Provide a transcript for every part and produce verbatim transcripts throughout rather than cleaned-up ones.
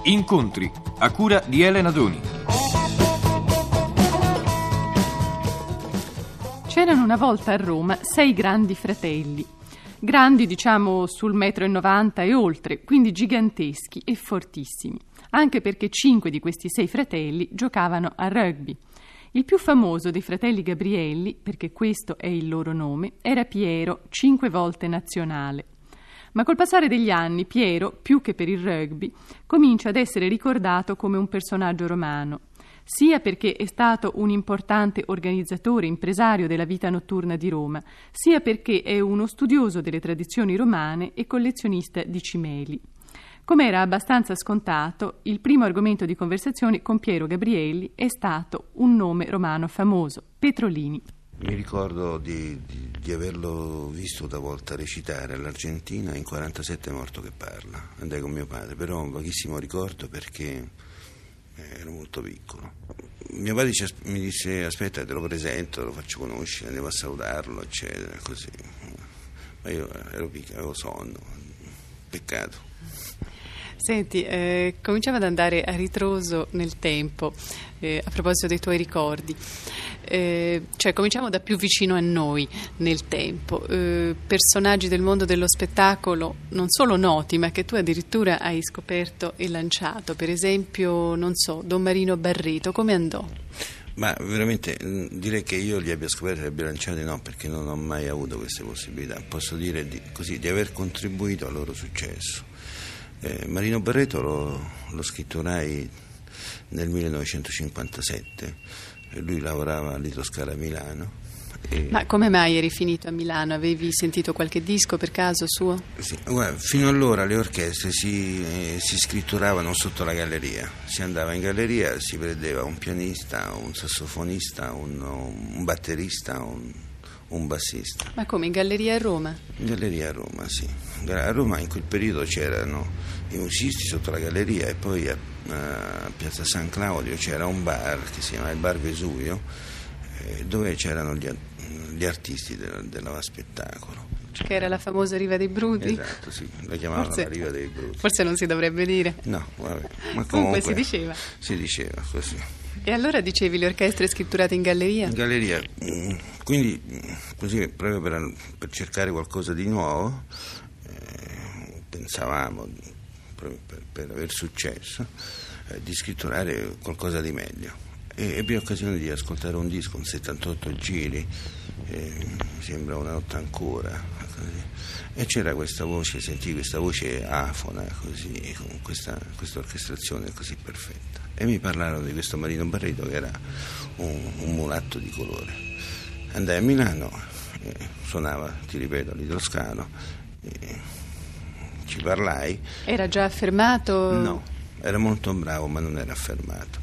Incontri, a cura di Elena Doni. C'erano una volta a Roma sei grandi fratelli. Grandi, diciamo, sul metro e novanta e oltre, quindi giganteschi e fortissimi. Anche perché cinque di questi sei fratelli giocavano a rugby. Il più famoso dei fratelli Gabrielli, perché questo è il loro nome, era Piero, cinque volte nazionale. Ma col passare degli anni Piero, più che per il rugby, comincia ad essere ricordato come un personaggio romano, sia perché è stato un importante organizzatore impresario della vita notturna di Roma, sia perché è uno studioso delle tradizioni romane e collezionista di cimeli. Come era abbastanza scontato, il primo argomento di conversazione con Piero Gabrielli è stato un nome romano famoso, Petrolini. Mi ricordo di, di, di averlo visto una volta recitare all'Argentina, in quarantasette è morto che parla. Andai con mio padre, però ho un vaghissimo ricordo perché ero molto piccolo. Mio padre mi disse: aspetta, te lo presento, lo faccio conoscere, andiamo a salutarlo, eccetera, così. Ma io ero piccolo, avevo sonno, peccato. Senti, eh, cominciamo ad andare a ritroso nel tempo, eh, a proposito dei tuoi ricordi. Eh, cioè cominciamo da più vicino a noi nel tempo, eh, personaggi del mondo dello spettacolo non solo noti ma che tu addirittura hai scoperto e lanciato, per esempio, non so, Don Marino Barreto, come andò? Ma veramente direi che io li abbia scoperti e abbia lanciati no, perché non ho mai avuto queste possibilità. Posso dire di, così, di aver contribuito al loro successo. eh, Marino Barreto lo, lo scritturai nel millenovecentocinquantasette. Lui lavorava all'Italo-Scala a Milano. E... Ma come mai eri finito a Milano? Avevi sentito qualche disco per caso suo? Sì, guarda, fino allora le orchestre si, eh, si scritturavano sotto la galleria. Si andava in galleria, si prendeva un pianista, un sassofonista, un, un batterista, un, un bassista. Ma come, in galleria a Roma? In galleria a Roma, sì. A Roma in quel periodo c'erano i musicisti sotto la galleria e poi a, a Piazza San Claudio c'era un bar che si chiamava il Bar Vesuvio, eh, dove c'erano gli, gli artisti del, della spettacolo. Che era la famosa Riva dei Brudi? Esatto, sì, la chiamavano forse, la Riva dei Brudi. Forse non si dovrebbe dire. No, vabbè. Ma comunque, comunque si diceva. Si diceva così. E allora dicevi le orchestre scritturate in galleria? In galleria, quindi così proprio per, per cercare qualcosa di nuovo, eh, pensavamo, proprio per, per aver successo, eh, di scritturare qualcosa di meglio. E ebbi l'occasione di ascoltare un disco, un settantotto giri, eh, mi sembra Una notte ancora, così. E c'era questa voce, sentii questa voce afona, così, con questa, questa orchestrazione così perfetta. E mi parlarono di questo Marino Barreto che era un, un mulatto di colore. Andai a Milano, eh, suonava, ti ripeto, all'Italo-Scala, eh, ci parlai. Era già affermato? No, era molto bravo ma non era affermato.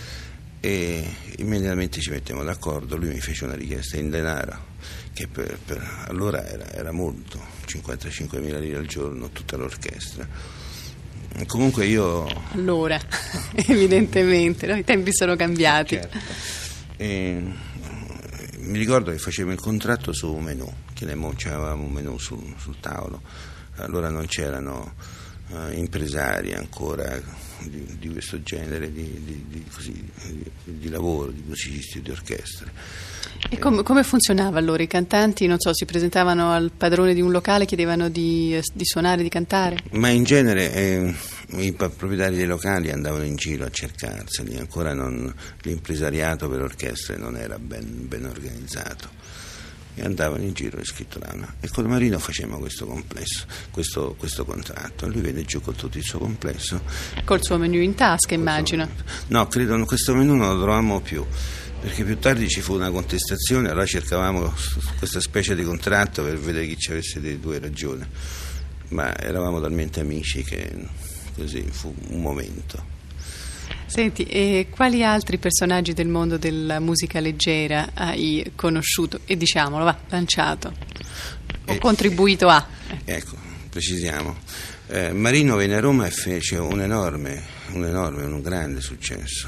E immediatamente ci mettiamo d'accordo, lui mi fece una richiesta in denaro che per, per allora era, era molto, cinquantacinquemila lire al giorno, tutta l'orchestra. Comunque io... Allora, evidentemente, no? I tempi sono cambiati. Certo. E, mi ricordo che facevo il contratto su un menù, che avevamo un menù sul, sul tavolo, allora non c'erano uh, impresari ancora di, di questo genere di, di, di, così, di, di lavoro, di musicisti di orchestre. E com- come funzionava allora? I cantanti, non so, si presentavano al padrone di un locale, chiedevano di, di suonare, di cantare? Ma in genere eh, i proprietari dei locali andavano in giro a cercarseli, ancora non, l'impresariato per orchestre non era ben, ben organizzato. E andavano in giro e scritturavano. E con Marino facevamo questo complesso, questo, questo contratto. Lui venne giù con tutto il suo complesso. Col suo menù in tasca, immagino. No, credo che questo menù non lo trovammo più, perché più tardi ci fu una contestazione, allora cercavamo questa specie di contratto per vedere chi ci avesse dei due ragione. Ma eravamo talmente amici che così fu un momento. Senti, e quali altri personaggi del mondo della musica leggera hai conosciuto e, diciamolo, va, lanciato o eh, contribuito a? Ecco, precisiamo. Eh, Marino venne a Roma e fece un enorme, un enorme, un grande successo.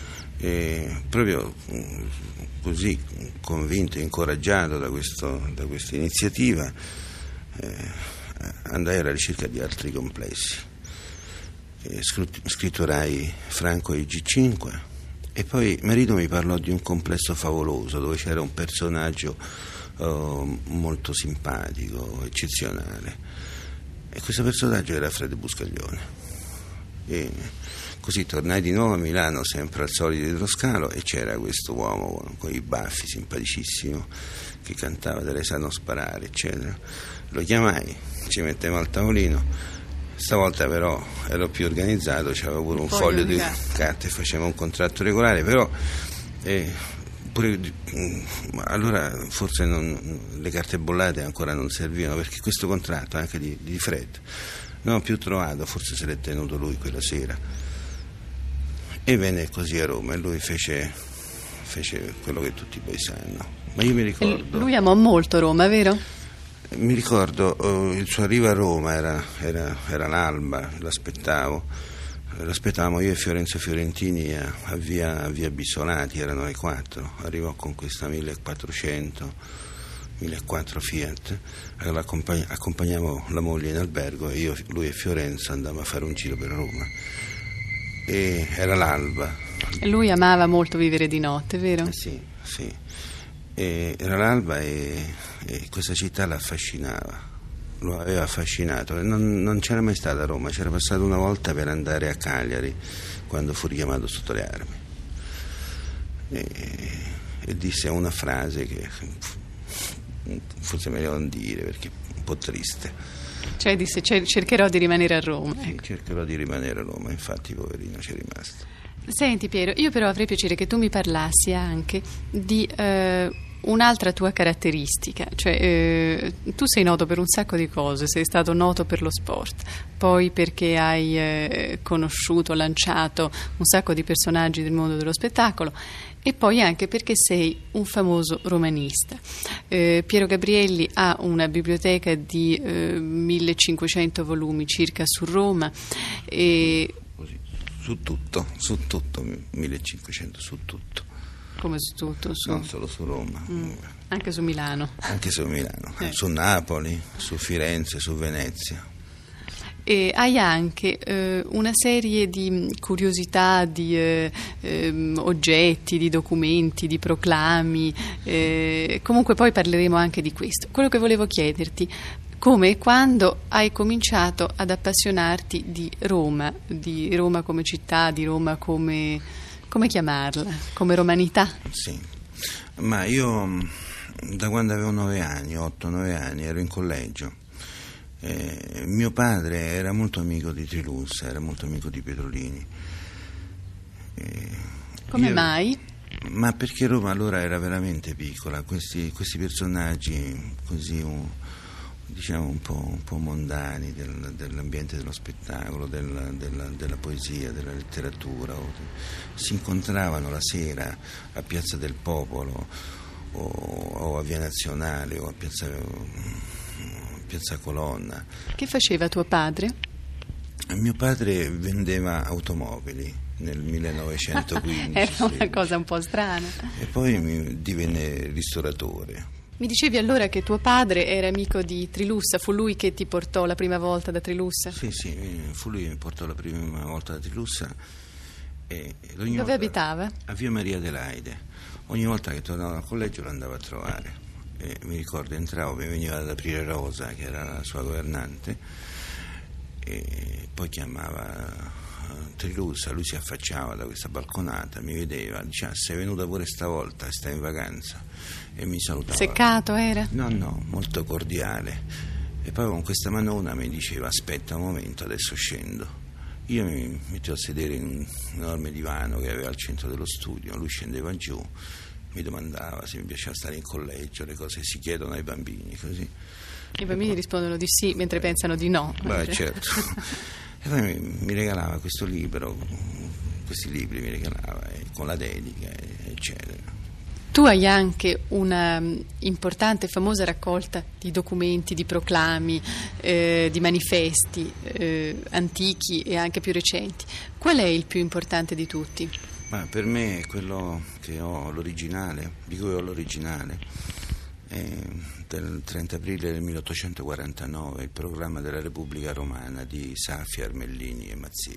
E proprio così, convinto e incoraggiato da, questo, da questa iniziativa, eh, andai alla ricerca di altri complessi. eh, scritturai Franco e i G cinque, e poi marito mi parlò di un complesso favoloso dove c'era un personaggio eh, molto simpatico, eccezionale, e questo personaggio era Fred Buscaglione. E così tornai di nuovo a Milano, sempre al solito dietro scalo, e c'era questo uomo con, con i baffi, simpaticissimo, che cantava Teresa non sparare, eccetera. Lo chiamai, ci mettemmo al tavolino. Stavolta però ero più organizzato, c'avevo pure un foglio, foglio di carte e facevo un contratto regolare, però eh, pure, allora forse non, le carte bollate ancora non servivano, perché questo contratto anche di, di Fred non ho più trovato, forse se l'è tenuto lui quella sera, e venne così a Roma, e lui fece, fece quello che tutti poi sanno. Ma io mi ricordo, lui amò molto Roma, vero? Mi ricordo uh, il suo arrivo a Roma era, era, era l'alba, l'aspettavo, l'aspettavamo io e Fiorenzo Fiorentini a, a, via, a via Bisolati, erano le quattro, arrivò con questa millequattrocento, millequattrocento Fiat, accompagn- accompagniamo la moglie in albergo, e io, lui e Fiorenzo andavamo a fare un giro per Roma, e era l'alba. E lui amava molto vivere di notte, vero? Eh sì, sì. E era l'alba e, e questa città l'affascinava, lo aveva affascinato, e non, non c'era mai stata a Roma, c'era passato una volta per andare a Cagliari quando fu richiamato sotto le armi, e, e disse una frase che forse meglio non dire perché è un po' triste, cioè disse cercherò di rimanere a Roma. Sì, ecco. Cercherò di rimanere a Roma, infatti poverino c'è rimasto. Senti Piero, io però avrei piacere che tu mi parlassi anche di eh, un'altra tua caratteristica, cioè eh, tu sei noto per un sacco di cose, sei stato noto per lo sport, poi perché hai eh, conosciuto, lanciato un sacco di personaggi del mondo dello spettacolo, e poi anche perché sei un famoso romanista. Eh, Piero Gabrielli ha una biblioteca di eh, millecinquecento volumi circa su Roma, e su tutto, su tutto, millecinquecento su tutto. Come su tutto? Su... Non solo su Roma. Mm. Anche su Milano. Anche su Milano, eh. su Napoli, su Firenze, su Venezia. E hai anche eh, una serie di curiosità, di eh, eh, oggetti, di documenti, di proclami, eh, comunque poi parleremo anche di questo. Quello che volevo chiederti, come e quando hai cominciato ad appassionarti di Roma, di Roma come città, di Roma come, come chiamarla, come romanità? Sì, ma io da quando avevo nove anni, otto nove anni, ero in collegio. Eh, mio padre era molto amico di Trilussa, era molto amico di Petrolini. Eh, come io, mai? Ma perché Roma allora era veramente piccola, questi, questi personaggi così... Un, diciamo un po', un po' mondani del, dell'ambiente dello spettacolo, del, della, della poesia, della letteratura, o, si incontravano la sera a Piazza del Popolo o, o a Via Nazionale o a Piazza, Piazza Colonna. Che faceva tuo padre? Mio padre vendeva automobili nel millenovecentoquindici. Era una cosa un po' strana. E poi mi divenne ristoratore. Mi dicevi allora che tuo padre era amico di Trilussa, fu lui che ti portò la prima volta da Trilussa? Sì, sì, fu lui che mi portò la prima volta da Trilussa. E Dove volta, abitava? A Via Maria Adelaide. Ogni volta che tornavo al collegio lo andavo a trovare. E mi ricordo, entravo, mi veniva ad aprire Rosa, che era la sua governante, e poi chiamava Trilussa, lui si affacciava da questa balconata, mi vedeva, diceva: sei venuta pure stavolta, stai in vacanza, e mi salutava. Seccato era? No, no, molto cordiale, e poi con questa manona mi diceva: aspetta un momento, adesso scendo. Io mi mettevo a sedere in un enorme divano che aveva al centro dello studio, lui scendeva giù, mi domandava se mi piaceva stare in collegio, le cose che si chiedono ai bambini, così. I bambini poi rispondono di sì mentre eh, pensano di no. Beh, certo. E poi mi, mi regalava questo libro, questi libri mi regalava, eh, con la dedica, eccetera. Tu hai anche una um, importante e famosa raccolta di documenti, di proclami, eh, di manifesti eh, antichi e anche più recenti. Qual è il più importante di tutti? Ma per me è quello che ho, l'originale, di cui ho l'originale, è del trenta aprile del milleottocentoquarantanove, il programma della Repubblica Romana di Saffi, Armellini e Mazzini.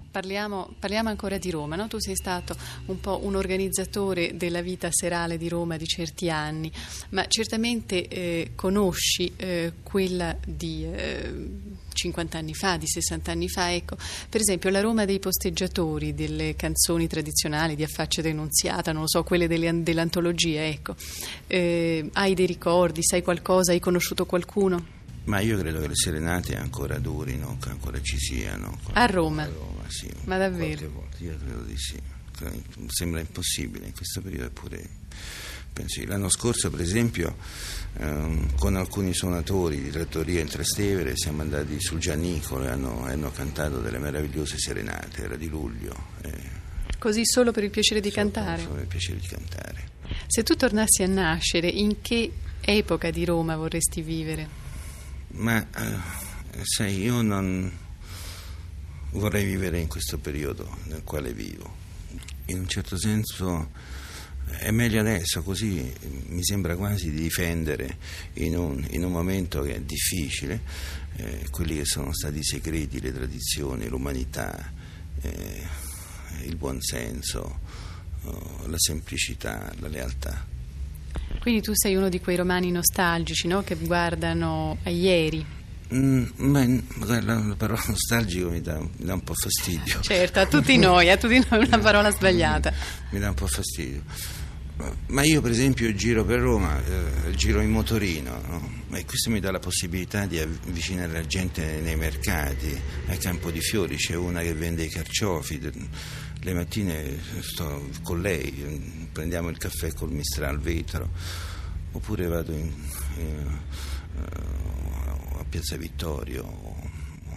Parliamo, parliamo ancora di Roma, no? Tu sei stato un po' un organizzatore della vita serale di Roma di certi anni, ma certamente eh, conosci eh, quella di eh, cinquanta anni fa, di sessanta anni fa, ecco. Per esempio la Roma dei posteggiatori, delle canzoni tradizionali di Affaccia Denunziata, non lo so, quelle delle, dell'antologia, ecco. Eh, hai dei ricordi, sai qualcosa, hai conosciuto qualcuno? Ma io credo che le serenate ancora durino, che ancora ci siano. A Roma? A Roma, sì. Ma davvero? Qualche volta, io credo di sì. Sembra impossibile in questo periodo, eppure penso. L'anno scorso, per esempio, ehm, con alcuni suonatori di trattoria in Trastevere siamo andati sul Gianicolo e hanno, hanno cantato delle meravigliose serenate, era di luglio. Eh, Così solo per il piacere di solo, cantare? Solo per il piacere di cantare. Se tu tornassi a nascere, in che epoca di Roma vorresti vivere? Ma eh, sai, io non vorrei vivere in questo periodo nel quale vivo. In un certo senso è meglio adesso, così mi sembra quasi di difendere in un, in un momento che è difficile eh, quelli che sono stati i segreti, le tradizioni, l'umanità, eh, il buonsenso, oh, la semplicità, la lealtà. Quindi tu sei uno di quei romani nostalgici, no? Che guardano a ieri. Mm, ma la, la parola nostalgico mi dà, mi dà un po' fastidio. Certo, a tutti noi, a tutti noi una parola sbagliata. Mi dà un po' fastidio. Ma io per esempio giro per Roma, eh, giro in motorino, no? E questo mi dà la possibilità di avvicinare la gente nei mercati, al Campo di Fiori c'è una che vende i carciofi, le mattine sto con lei, prendiamo il caffè col Mistral vetro, oppure vado in, in, a Piazza Vittorio o,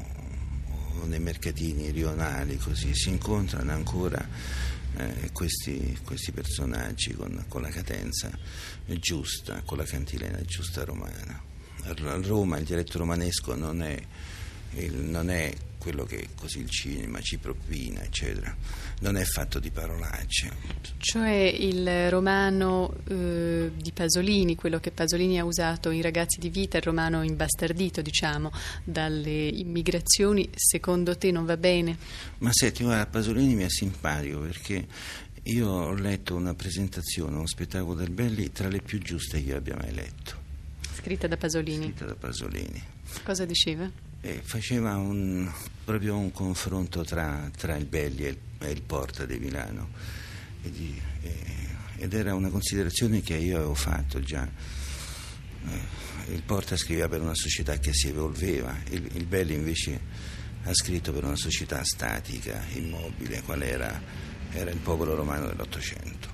o nei mercatini rionali, così si incontrano ancora Eh, questi, questi personaggi con, con la cadenza giusta, con la cantilena giusta romana. A Roma il dialetto romanesco non è, il, non è quello che così il cinema ci propina, eccetera, non è fatto di parolacce. Cioè il romano eh, di Pasolini, quello che Pasolini ha usato in Ragazzi di vita, il romano imbastardito, diciamo, dalle immigrazioni, secondo te non va bene? Ma senti, guarda, Pasolini mi è simpatico perché io ho letto una presentazione, uno spettacolo del Belli tra le più giuste che io abbia mai letto. Scritta da Pasolini? Scritta da Pasolini. Cosa diceva? E faceva un, proprio un confronto tra, tra il Belli e il, e il Porta di Milano e di, e, ed era una considerazione che io avevo fatto già. Eh, il Porta scriveva per una società che si evolveva, il, il Belli invece ha scritto per una società statica, immobile, qual era, era il popolo romano dell'Ottocento.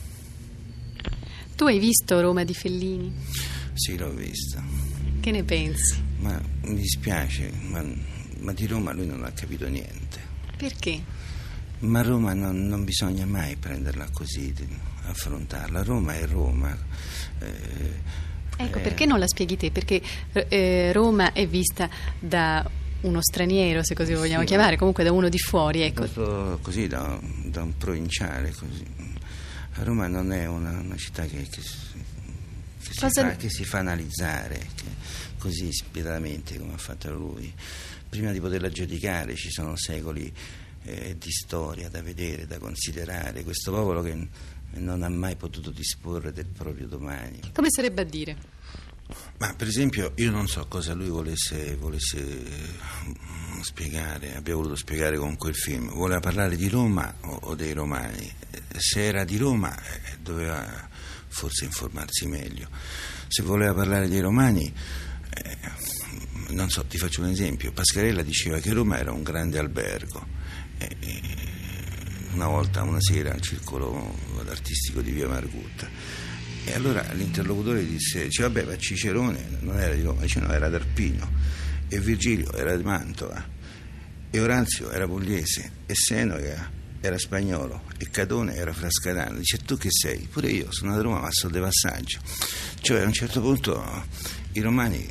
Tu hai visto Roma di Fellini? Sì, l'ho vista. Che ne pensi? Ma mi dispiace, ma, ma di Roma lui non ha capito niente. Perché? Ma Roma non, non bisogna mai prenderla così, affrontarla. Roma è Roma. Eh, ecco, eh, perché non la spieghi te? Perché eh, Roma è vista da uno straniero, se così vogliamo sì, chiamare, comunque da uno di fuori, ecco. Così, da, da un provinciale, così. Roma non è una, una città che, che, che, si fa, che si fa analizzare che, così spietatamente come ha fatto lui. Prima di poterla giudicare ci sono secoli eh, di storia da vedere, da considerare. Questo popolo che non ha mai potuto disporre del proprio domani. Come sarebbe a dire? Ma per esempio io non so cosa lui volesse, volesse spiegare, abbia voluto spiegare con quel film. Voleva parlare di Roma o, o dei romani? Se era di Roma eh, doveva forse informarsi meglio. Se voleva parlare dei romani, eh, non so, ti faccio un esempio. Pascarella diceva che Roma era un grande albergo. Eh, eh, una volta, una sera, al circolo artistico di Via Margutta. E allora l'interlocutore disse, dice, vabbè, ma Cicerone non era di Roma, dice no, era d'Arpino, e Virgilio era di Mantova, e Orazio era pugliese, e Seneca era spagnolo, e Catone era frascadano. Dice, tu che sei? Pure io sono da Roma, ma sono di passaggio. Cioè a un certo punto i romani,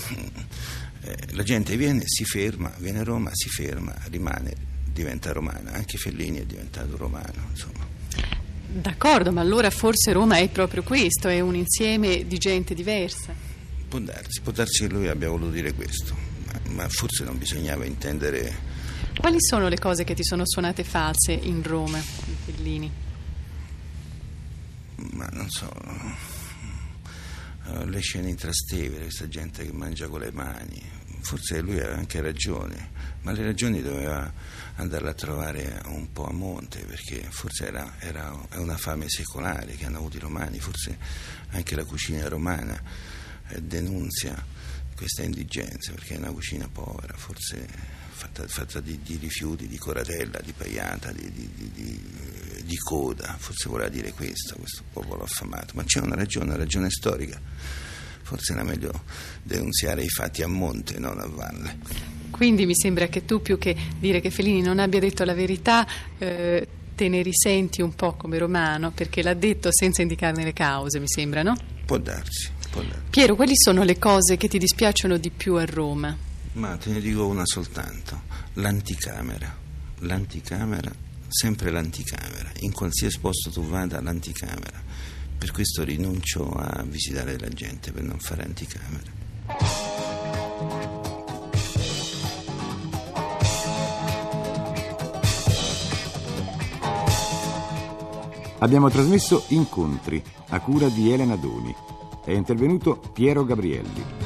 eh, la gente viene, si ferma, viene a Roma, si ferma, rimane, diventa romana. Anche Fellini è diventato romano, insomma. D'accordo, ma allora forse Roma è proprio questo, è un insieme di gente diversa. Può darsi, può darsi che lui abbia voluto dire questo, ma, ma forse non bisognava intendere Quali sono le cose che ti sono suonate false in Roma, di Fellini? Ma non so, le scene in Trastevere, questa gente che mangia con le mani. Forse lui aveva anche ragione, ma le ragioni doveva andarle a trovare un po' a monte, perché forse era, era una fame secolare che hanno avuto i romani, forse anche la cucina romana eh, denunzia questa indigenza, perché è una cucina povera, forse fatta, fatta di, di rifiuti, di coratella, di paiata, di, di, di, di, di coda, forse voleva dire questo, questo popolo affamato, ma c'è una ragione, una ragione storica. Forse era meglio denunziare i fatti a monte, non a valle. Quindi mi sembra che tu, più che dire che Fellini non abbia detto la verità, eh, te ne risenti un po' come Romano, perché l'ha detto senza indicarne le cause, mi sembra, no? Può darsi, può darsi. Piero, quali sono le cose che ti dispiacciono di più a Roma? Ma te ne dico una soltanto, l'anticamera. L'anticamera, sempre l'anticamera. In qualsiasi posto tu vada, l'anticamera. Per questo rinuncio a visitare la gente, per non fare anticamera. Abbiamo trasmesso Incontri, a cura di Elena Doni. È intervenuto Piero Gabrielli.